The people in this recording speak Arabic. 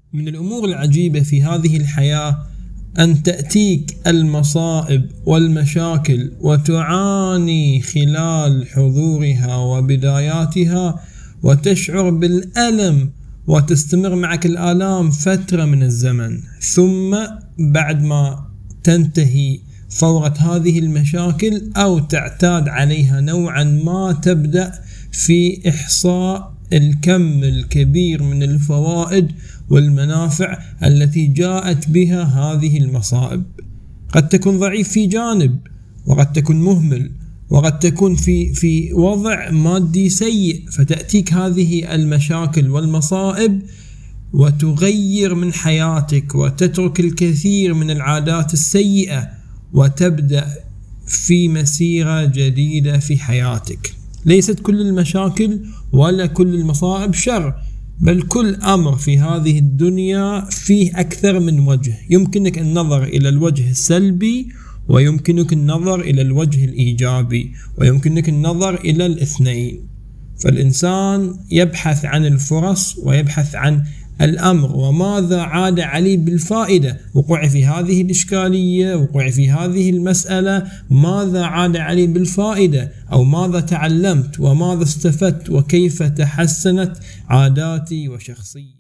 من الأمور العجيبة في هذه الحياة أن تأتيك المصائب والمشاكل وتعاني خلال حضورها وبداياتها وتشعر بالألم وتستمر معك الآلام فترة من الزمن، ثم بعد ما تنتهي فورة هذه المشاكل أو تعتاد عليها نوعا ما تبدأ في إحصاء الكم الكبير من الفوائد والمنافع التي جاءت بها هذه المصائب. قد تكون ضعيف في جانب، وقد تكون مهمل، وقد تكون في وضع مادي سيء، فتأتيك هذه المشاكل والمصائب وتغير من حياتك وتترك الكثير من العادات السيئة وتبدأ في مسيرة جديدة في حياتك. ليست كل المشاكل ولا كل المصائب شر، بل كل أمر في هذه الدنيا فيه أكثر من وجه. يمكنك النظر إلى الوجه السلبي، ويمكنك النظر إلى الوجه الإيجابي، ويمكنك النظر إلى الاثنين. فالإنسان يبحث عن الفرص ويبحث عن الأمر وماذا عاد علي بالفائدة. وقوعي في هذه الإشكالية، وقوعي في هذه المسألة، ماذا عاد علي بالفائدة، أو ماذا تعلمت وماذا استفدت وكيف تحسنت عاداتي وشخصيتي.